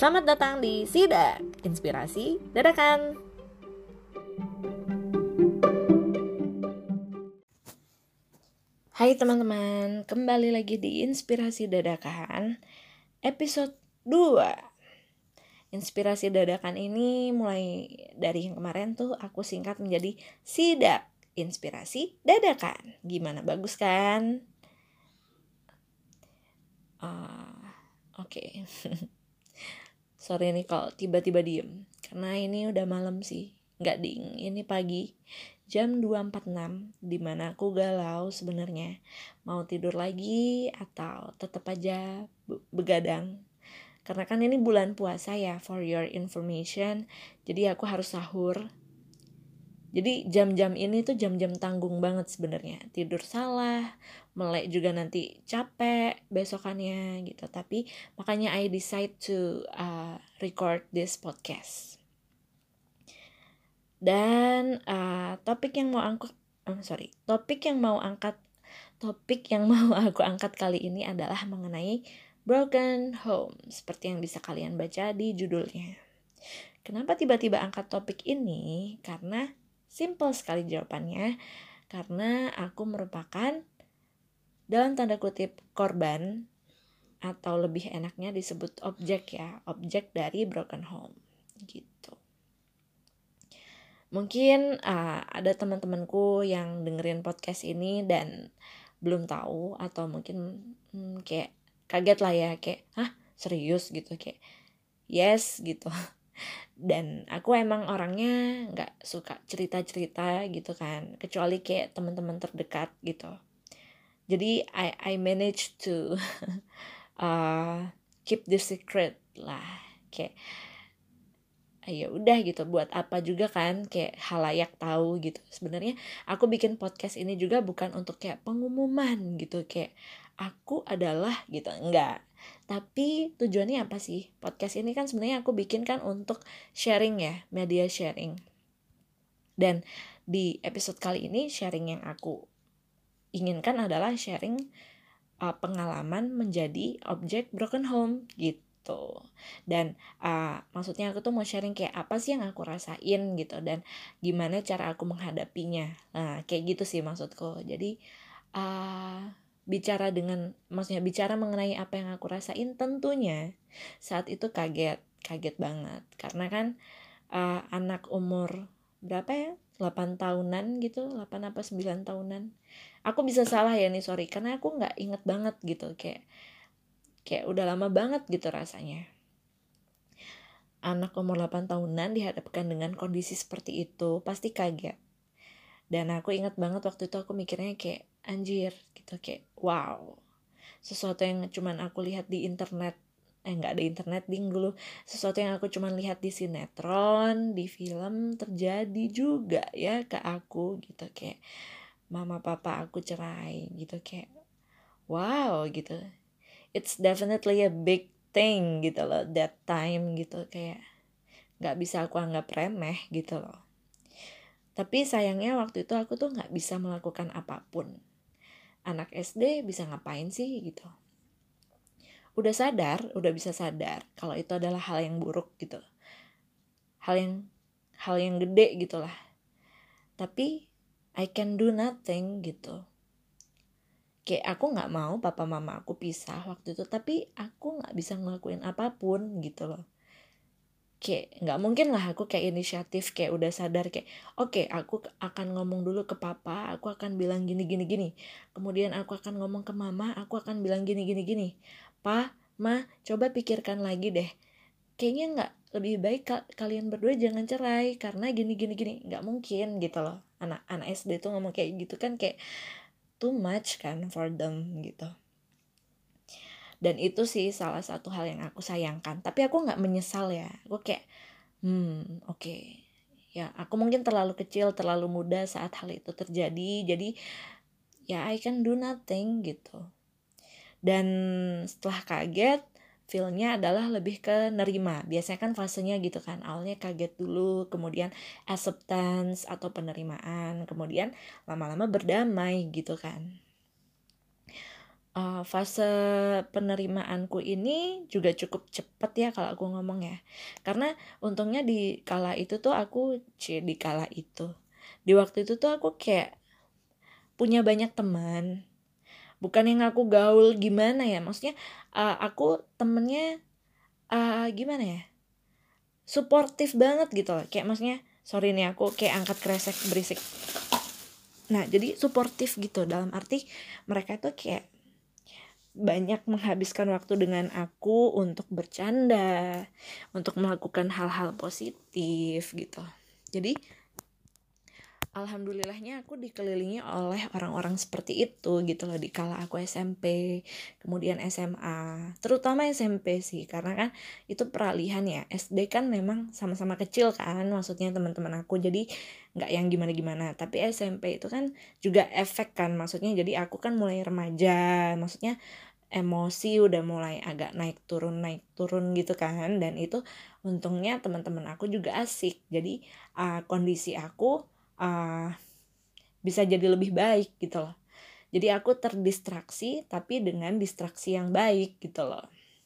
Selamat datang di Sidak, Inspirasi Dadakan. Hai teman-teman, kembali lagi di Inspirasi Dadakan, episode 2. Inspirasi Dadakan ini mulai dari yang kemarin tuh aku singkat menjadi Sidak, Inspirasi Dadakan. Gimana, bagus kan? Oke. Sorry nih kalau tiba-tiba diem, karena ini udah malam sih. Nggak ding, ini pagi jam 2.46, dimana aku galau sebenarnya mau tidur lagi atau tetap aja begadang. Karena kan ini bulan puasa ya, for your information. Jadi aku harus sahur. Jadi jam-jam ini tuh jam-jam tanggung banget sebenarnya. Tidur salah, melek juga nanti capek besokannya gitu. Tapi makanya I decide to record this podcast. Dan topik yang mau aku angkat kali ini adalah mengenai broken home, seperti yang bisa kalian baca di judulnya. Kenapa tiba-tiba angkat topik ini? Karena simple sekali jawabannya, karena aku merupakan dalam tanda kutip korban, atau lebih enaknya disebut objek dari broken home gitu. Mungkin ada teman-temanku yang dengerin podcast ini dan belum tahu, atau mungkin kayak kaget lah ya, kayak hah serius gitu, kayak yes gitu. Dan aku emang orangnya nggak suka cerita-cerita gitu kan, kecuali kayak teman-teman terdekat gitu. Jadi I manage to keep the secret lah, kayak ya udah gitu, buat apa juga kan kayak halayak tahu gitu. Sebenarnya aku bikin podcast ini juga bukan untuk kayak pengumuman gitu, kayak aku adalah gitu, enggak. Tapi tujuannya apa sih? Podcast ini kan sebenarnya aku bikin kan untuk sharing ya, media sharing. Dan di episode kali ini sharing yang aku inginkan adalah sharing pengalaman menjadi objek broken home gitu. Dan maksudnya aku tuh mau sharing kayak apa sih yang aku rasain gitu, dan gimana cara aku menghadapinya. Nah kayak gitu sih maksudku. Jadi bicara mengenai apa yang aku rasain, tentunya saat itu kaget banget, karena kan anak umur berapa ya, 8 tahunan gitu, 8 apa 9 tahunan. Aku bisa salah ya nih, sorry, karena aku gak inget banget gitu, kayak udah lama banget gitu rasanya. Anak umur 8 tahunan dihadapkan dengan kondisi seperti itu, pasti kaget. Dan aku inget banget waktu itu aku mikirnya kayak anjir gitu, kayak wow, sesuatu yang cuman aku lihat di internet, nggak ada internet dulu, sesuatu yang aku cuman lihat di sinetron, di film, terjadi juga ya ke aku gitu. Kayak mama papa aku cerai gitu, kayak wow gitu, it's definitely a big thing gitu loh that time gitu, kayak nggak bisa aku anggap remeh gitu loh. Tapi sayangnya waktu itu aku tuh nggak bisa melakukan apapun. Anak SD bisa ngapain sih gitu. Udah bisa sadar kalau itu adalah hal yang buruk gitu, hal yang gede gitulah. Tapi I can do nothing gitu. Kayak aku nggak mau papa mama aku pisah waktu itu, tapi aku nggak bisa ngelakuin apapun gitu loh. Kayak nggak mungkin lah aku kayak inisiatif, kayak udah sadar kayak oke, aku akan ngomong dulu ke papa, aku akan bilang gini, kemudian aku akan ngomong ke mama, aku akan bilang gini, pa, ma, coba pikirkan lagi deh, kayaknya nggak, lebih baik kalian berdua jangan cerai karena gini, nggak mungkin gitu loh. Anak SD tuh ngomong kayak gitu kan, kayak too much kan for them gitu. Dan itu sih salah satu hal yang aku sayangkan. Tapi aku gak menyesal ya. Aku kayak oke. Ya aku mungkin terlalu kecil, terlalu muda saat hal itu terjadi. Jadi ya I can do nothing gitu. Dan setelah kaget, feel-nya adalah lebih ke nerima. Biasanya kan fasenya gitu kan. Awalnya kaget dulu, kemudian acceptance atau penerimaan, kemudian lama-lama berdamai gitu kan. fase penerimaanku ini juga cukup cepet ya kalau aku ngomong ya. Karena untungnya di kala itu tuh di waktu itu tuh aku kayak punya banyak teman. Bukan yang aku gaul gimana ya, maksudnya aku temennya gimana ya, suportif banget gitu loh. Kayak maksudnya, sorry nih aku kayak angkat kresek berisik. Nah jadi suportif gitu, dalam arti mereka tuh kayak banyak menghabiskan waktu dengan aku untuk bercanda, untuk melakukan hal-hal positif gitu. Jadi alhamdulillahnya aku dikelilingi oleh orang-orang seperti itu gitu loh di kala aku SMP, kemudian SMA, terutama SMP sih, karena kan itu peralihan ya. SD kan memang sama-sama kecil kan, maksudnya teman-teman aku, jadi nggak yang gimana-gimana. Tapi SMP itu kan juga efek kan, maksudnya jadi aku kan mulai remaja, maksudnya emosi udah mulai agak naik turun gitu kan. Dan itu untungnya teman-teman aku juga asik, jadi kondisi aku bisa jadi lebih baik gitu loh. Jadi aku terdistraksi tapi dengan distraksi yang baik gitu loh.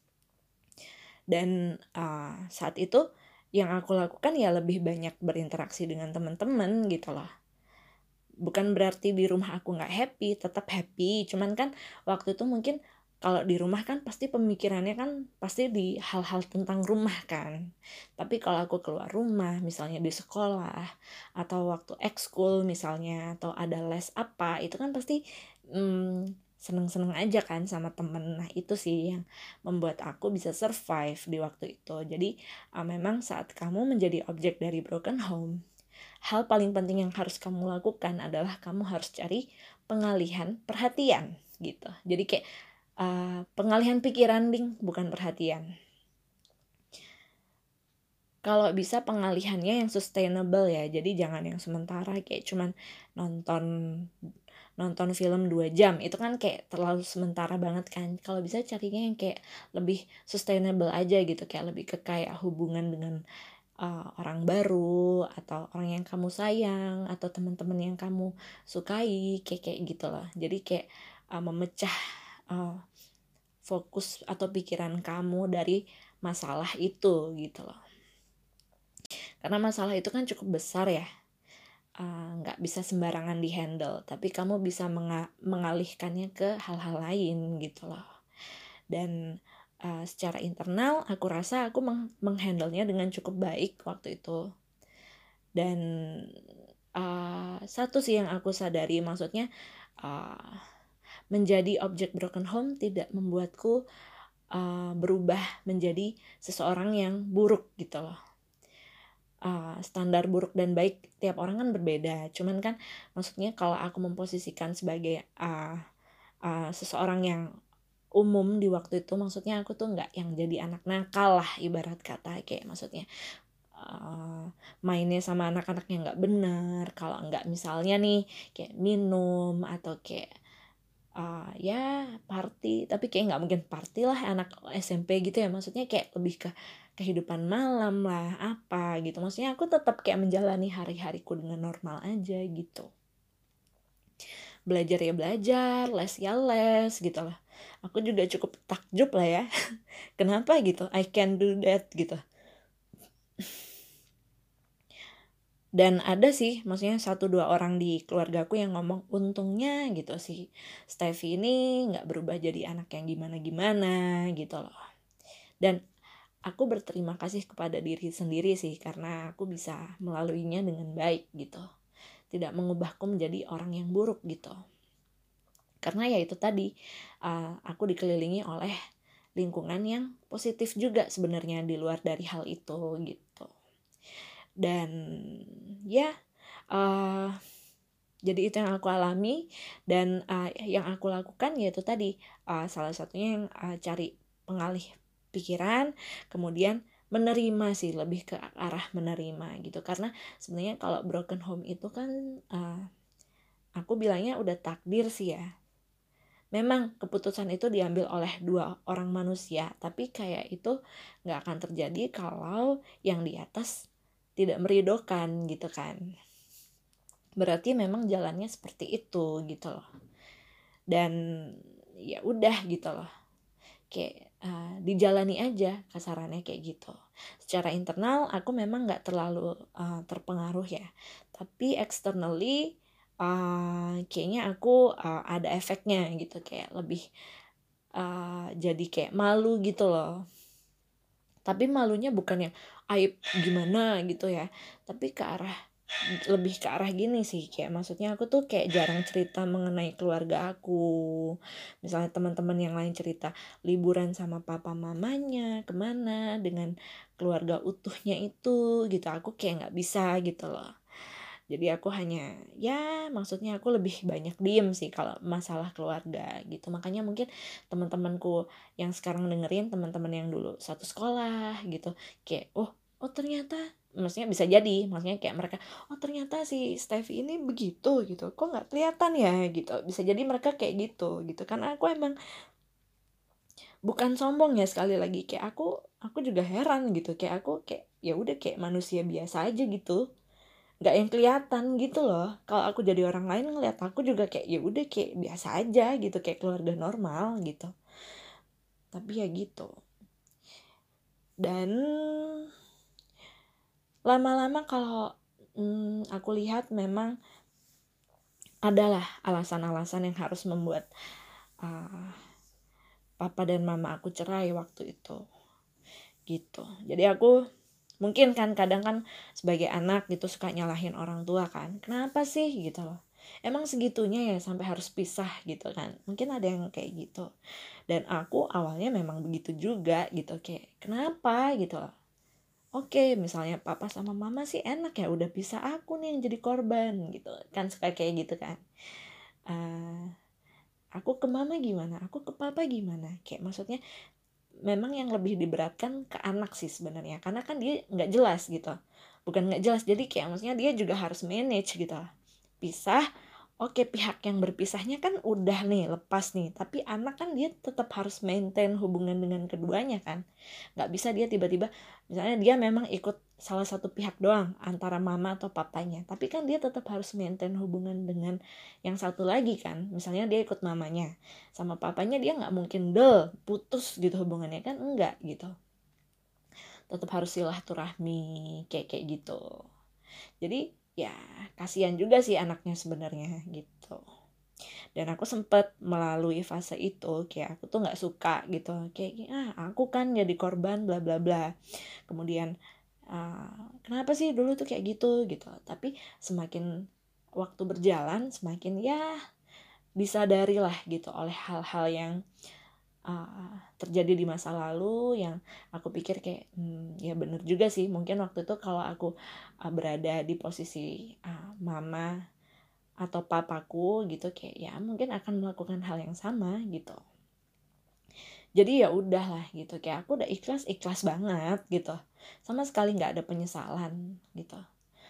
Dan saat itu yang aku lakukan ya lebih banyak berinteraksi dengan teman-teman gitu loh. Bukan berarti di rumah aku gak happy, tetap happy. Cuman kan waktu itu mungkin kalau di rumah kan pasti pemikirannya kan pasti di hal-hal tentang rumah kan. Tapi kalau aku keluar rumah, misalnya di sekolah, atau waktu ekskul misalnya, atau ada les apa, itu kan pasti seneng-seneng aja kan sama temen. Nah itu sih yang membuat aku bisa survive di waktu itu. Jadi memang saat kamu menjadi objek dari broken home, hal paling penting yang harus kamu lakukan adalah kamu harus cari pengalihan perhatian gitu. Jadi kayak pengalihan pikiran bukan perhatian. Kalau bisa pengalihannya yang sustainable ya. Jadi jangan yang sementara kayak cuman nonton film 2 jam. Itu kan kayak terlalu sementara banget kan. Kalau bisa carinya yang kayak lebih sustainable aja gitu, kayak lebih ke kayak hubungan dengan orang baru, atau orang yang kamu sayang, atau teman-teman yang kamu sukai, kayak gitu loh. Jadi kayak memecah fokus atau pikiran kamu dari masalah itu gitu loh. Karena masalah itu kan cukup besar ya, nggak bisa sembarangan dihandle, tapi kamu bisa mengalihkannya ke hal-hal lain gitu loh. Dan secara internal aku rasa aku menghandlenya dengan cukup baik waktu itu. Dan satu sih yang aku sadari, maksudnya menjadi objek broken home tidak membuatku berubah menjadi seseorang yang buruk gitu loh. Standar buruk dan baik tiap orang kan berbeda. Cuman kan maksudnya kalau aku memposisikan sebagai seseorang yang umum di waktu itu, maksudnya aku tuh nggak yang jadi anak nakal lah ibarat kata, kayak maksudnya mainnya sama anak-anak yang nggak benar. Kalau nggak misalnya nih kayak minum atau kayak ya party, tapi kayak nggak mungkin party lah anak SMP gitu ya, maksudnya kayak lebih ke kehidupan malam lah apa gitu. Maksudnya aku tetap kayak menjalani hari-hariku dengan normal aja gitu. Belajar ya belajar, les ya les gitu lah. Aku juga cukup takjub lah ya. Kenapa gitu I can do that gitu. Dan ada sih, maksudnya 1-2 orang di keluargaku yang ngomong, untungnya gitu sih Steffi ini gak berubah jadi anak yang gimana-gimana gitu loh. Dan aku berterima kasih kepada diri sendiri sih, karena aku bisa melaluinya dengan baik gitu. Tidak mengubahku menjadi orang yang buruk gitu. Karena ya itu tadi, aku dikelilingi oleh lingkungan yang positif juga sebenarnya di luar dari hal itu gitu. Dan ya jadi itu yang aku alami. Dan yang aku lakukan yaitu tadi salah satunya yang cari pengalih pikiran, kemudian menerima sih, lebih ke arah menerima gitu. Karena sebenarnya kalau broken home itu kan aku bilangnya udah takdir sih ya. Memang keputusan itu diambil oleh 2 orang manusia, tapi kayak itu gak akan terjadi kalau yang di atas tidak meridhokan gitu kan. Berarti memang jalannya seperti itu gitu loh. Dan ya udah gitu loh, kayak dijalani aja kasarannya kayak gitu. Secara internal aku memang nggak terlalu terpengaruh ya, tapi externally kayaknya aku ada efeknya gitu, kayak lebih jadi kayak malu gitu loh. Tapi malunya bukan yang aib gimana gitu ya, tapi lebih ke arah gini sih, kayak maksudnya aku tuh kayak jarang cerita mengenai keluarga aku. Misalnya teman-teman yang lain cerita liburan sama papa mamanya kemana dengan keluarga utuhnya itu gitu, aku kayak nggak bisa gitu loh. Jadi aku hanya, ya maksudnya aku lebih banyak diem sih kalau masalah keluarga gitu. Makanya mungkin teman-temanku yang sekarang dengerin, teman-teman yang dulu satu sekolah gitu, kayak oh ternyata, maksudnya bisa jadi, maksudnya kayak mereka, oh ternyata si Steffi ini begitu gitu, kok nggak kelihatan ya gitu. Bisa jadi mereka kayak gitu karena aku emang bukan sombong ya, sekali lagi kayak aku juga heran gitu, kayak aku kayak ya udah kayak manusia biasa aja gitu, nggak yang kelihatan gitu loh. Kalau aku jadi orang lain ngeliat aku juga kayak ya udah kayak biasa aja gitu, kayak keluarga normal gitu. Tapi ya gitu. Dan lama-lama kalau aku lihat memang adalah alasan-alasan yang harus membuat papa dan mama aku cerai waktu itu gitu. Jadi aku mungkin kan kadang kan sebagai anak gitu suka nyalahin orang tua kan, kenapa sih gitu loh, emang segitunya ya sampai harus pisah gitu kan, mungkin ada yang kayak gitu. Dan aku awalnya memang begitu juga gitu, kayak kenapa gitu loh. Oke, misalnya papa sama mama sih enak ya, udah pisah, aku nih yang jadi korban gitu kan, suka kayak gitu kan. Aku ke mama gimana, aku ke papa gimana, kayak maksudnya memang yang lebih diberatkan ke anak sih sebenarnya, karena kan dia nggak jelas gitu, bukan nggak jelas, jadi kayak maksudnya dia juga harus manage gitu, pisah. Oke, pihak yang berpisahnya kan udah nih lepas nih, tapi anak kan dia tetap harus maintain hubungan dengan keduanya kan, nggak bisa dia tiba-tiba, misalnya dia memang ikut salah satu pihak doang antara mama atau papanya, tapi kan dia tetap harus maintain hubungan dengan yang satu lagi kan. Misalnya dia ikut mamanya, sama papanya dia nggak mungkin putus gitu hubungannya kan, enggak gitu, tetap harus silaturahmi kayak gitu. Jadi ya kasihan juga sih anaknya sebenarnya gitu. Dan aku sempet melalui fase itu, kayak aku tuh nggak suka gitu, kayak aku kan jadi korban bla bla bla. Kemudian kenapa sih dulu tuh kayak gitu. Tapi semakin waktu berjalan, semakin ya disadari lah gitu oleh hal-hal yang terjadi di masa lalu, yang aku pikir kayak ya bener juga sih, mungkin waktu itu kalau aku berada di posisi mama atau papaku gitu, kayak ya mungkin akan melakukan hal yang sama gitu. Jadi ya udahlah gitu, kayak aku udah ikhlas banget gitu, sama sekali nggak ada penyesalan gitu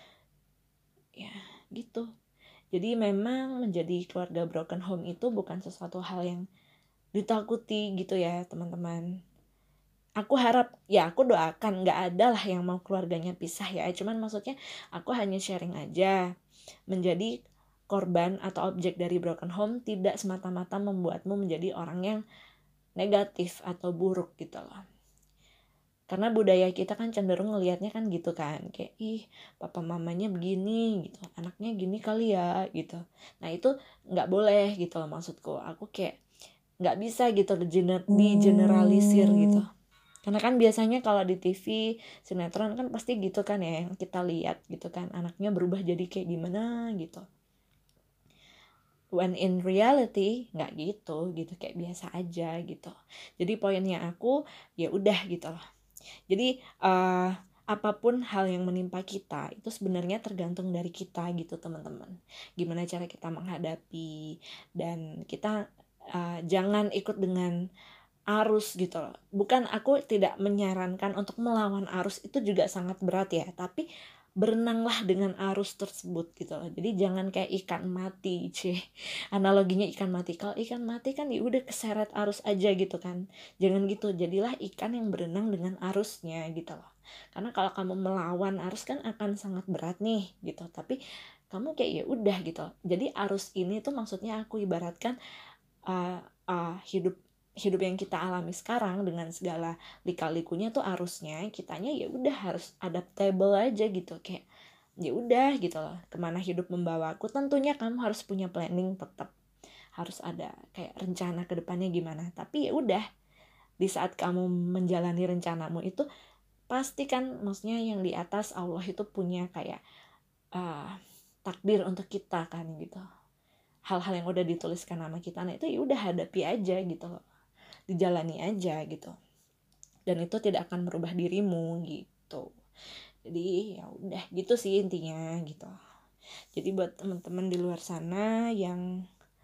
ya gitu. Jadi memang menjadi keluarga broken home itu bukan sesuatu hal yang ditakuti gitu ya teman-teman. Aku harap, ya aku doakan nggak ada lah yang mau keluarganya pisah ya, cuman maksudnya aku hanya sharing aja. Menjadi korban atau objek dari broken home tidak semata-mata membuatmu menjadi orang yang negatif atau buruk gitu loh. Karena budaya kita kan cenderung ngelihatnya kan gitu kan, kayak papa mamanya begini gitu, anaknya gini kali ya gitu. Nah itu nggak boleh gitu loh, maksudku aku kayak nggak bisa gitu di-generalisir gitu. Karena kan biasanya kalau di TV sinetron kan pasti gitu kan ya, yang kita lihat gitu kan, anaknya berubah jadi kayak gimana gitu. When in reality nggak gitu, kayak biasa aja gitu. Jadi poinnya aku ya udah gitu loh. Jadi apapun hal yang menimpa kita itu sebenarnya tergantung dari kita gitu teman-teman. Gimana cara kita menghadapi, dan kita jangan ikut dengan arus gitu loh. Bukan, aku tidak menyarankan untuk melawan arus, itu juga sangat berat ya, tapi berenanglah dengan arus tersebut gitu loh. Jadi jangan kayak ikan mati, analoginya ikan mati. Kalau ikan mati kan ya udah keseret arus aja gitu kan. Jangan gitu, jadilah ikan yang berenang dengan arusnya gitu loh. Karena kalau kamu melawan arus kan akan sangat berat nih gitu. Tapi kamu kayak ya udah gitu. Jadi arus ini tuh maksudnya aku ibaratkan hidup yang kita alami sekarang dengan segala lika-likunya tuh harusnya kitanya ya udah harus adaptable aja gitu, kayak ya udah gitu loh, kemana hidup membawaku. Tentunya kamu harus punya planning, tetap harus ada kayak rencana ke depannya gimana, tapi ya udah, di saat kamu menjalani rencanamu itu pasti kan, maksudnya yang di atas Allah itu punya kayak takdir untuk kita kan gitu, hal-hal yang udah dituliskan nama kita, nah itu ya udah hadapi aja gitu loh, dijalani aja gitu, dan itu tidak akan merubah dirimu gitu. Jadi ya udah gitu sih intinya gitu. Jadi buat teman-teman di luar sana yang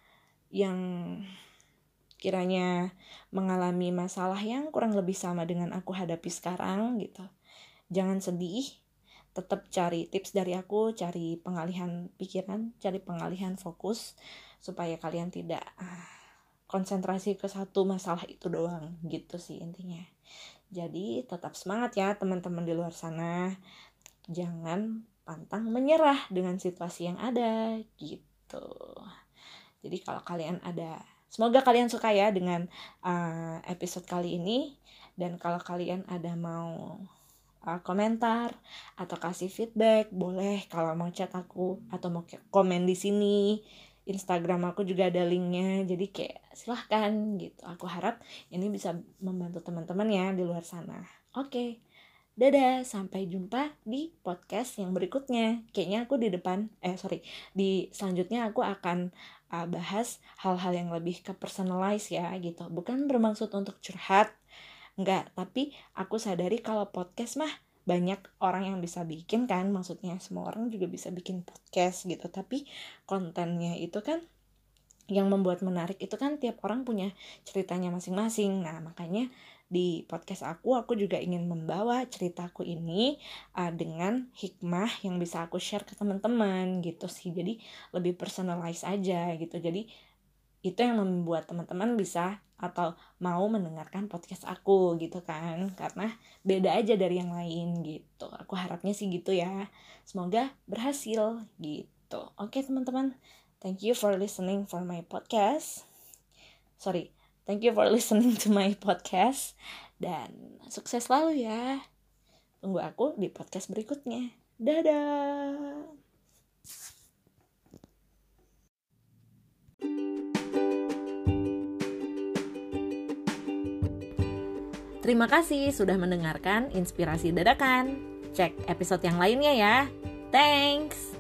kiranya mengalami masalah yang kurang lebih sama dengan aku hadapi sekarang gitu, jangan sedih, tetap cari tips dari aku, cari pengalihan pikiran, cari pengalihan fokus, supaya kalian tidak konsentrasi ke satu masalah itu doang gitu sih intinya. Jadi tetap semangat ya teman-teman di luar sana, jangan pantang menyerah dengan situasi yang ada gitu. Jadi kalau kalian semoga kalian suka ya dengan episode kali ini, dan kalau kalian ada mau komentar atau kasih feedback, boleh. Kalau mau chat aku atau mau komen di sini, Instagram aku juga ada linknya, jadi kayak silahkan gitu. Aku harap ini bisa membantu teman-teman ya di luar sana. Oke, dadah, sampai jumpa di podcast yang berikutnya. Kayaknya aku di selanjutnya aku akan bahas hal-hal yang lebih ke personalize ya gitu. Bukan bermaksud untuk curhat, enggak, tapi aku sadari kalau podcast mah banyak orang yang bisa bikin kan, maksudnya semua orang juga bisa bikin podcast gitu, tapi kontennya itu kan yang membuat menarik itu kan tiap orang punya ceritanya masing-masing. Nah makanya di podcast aku juga ingin membawa ceritaku ini dengan hikmah yang bisa aku share ke teman-teman gitu sih, jadi lebih personalize aja gitu. Jadi itu yang membuat teman-teman bisa atau mau mendengarkan podcast aku gitu kan, karena beda aja dari yang lain gitu. Aku harapnya sih gitu ya, semoga berhasil gitu. Oke teman-teman, thank you for listening to my podcast, dan sukses selalu ya. Tunggu aku di podcast berikutnya. Dadah. Terima kasih sudah mendengarkan Inspirasi Dadakan. Cek episode yang lainnya ya. Thanks.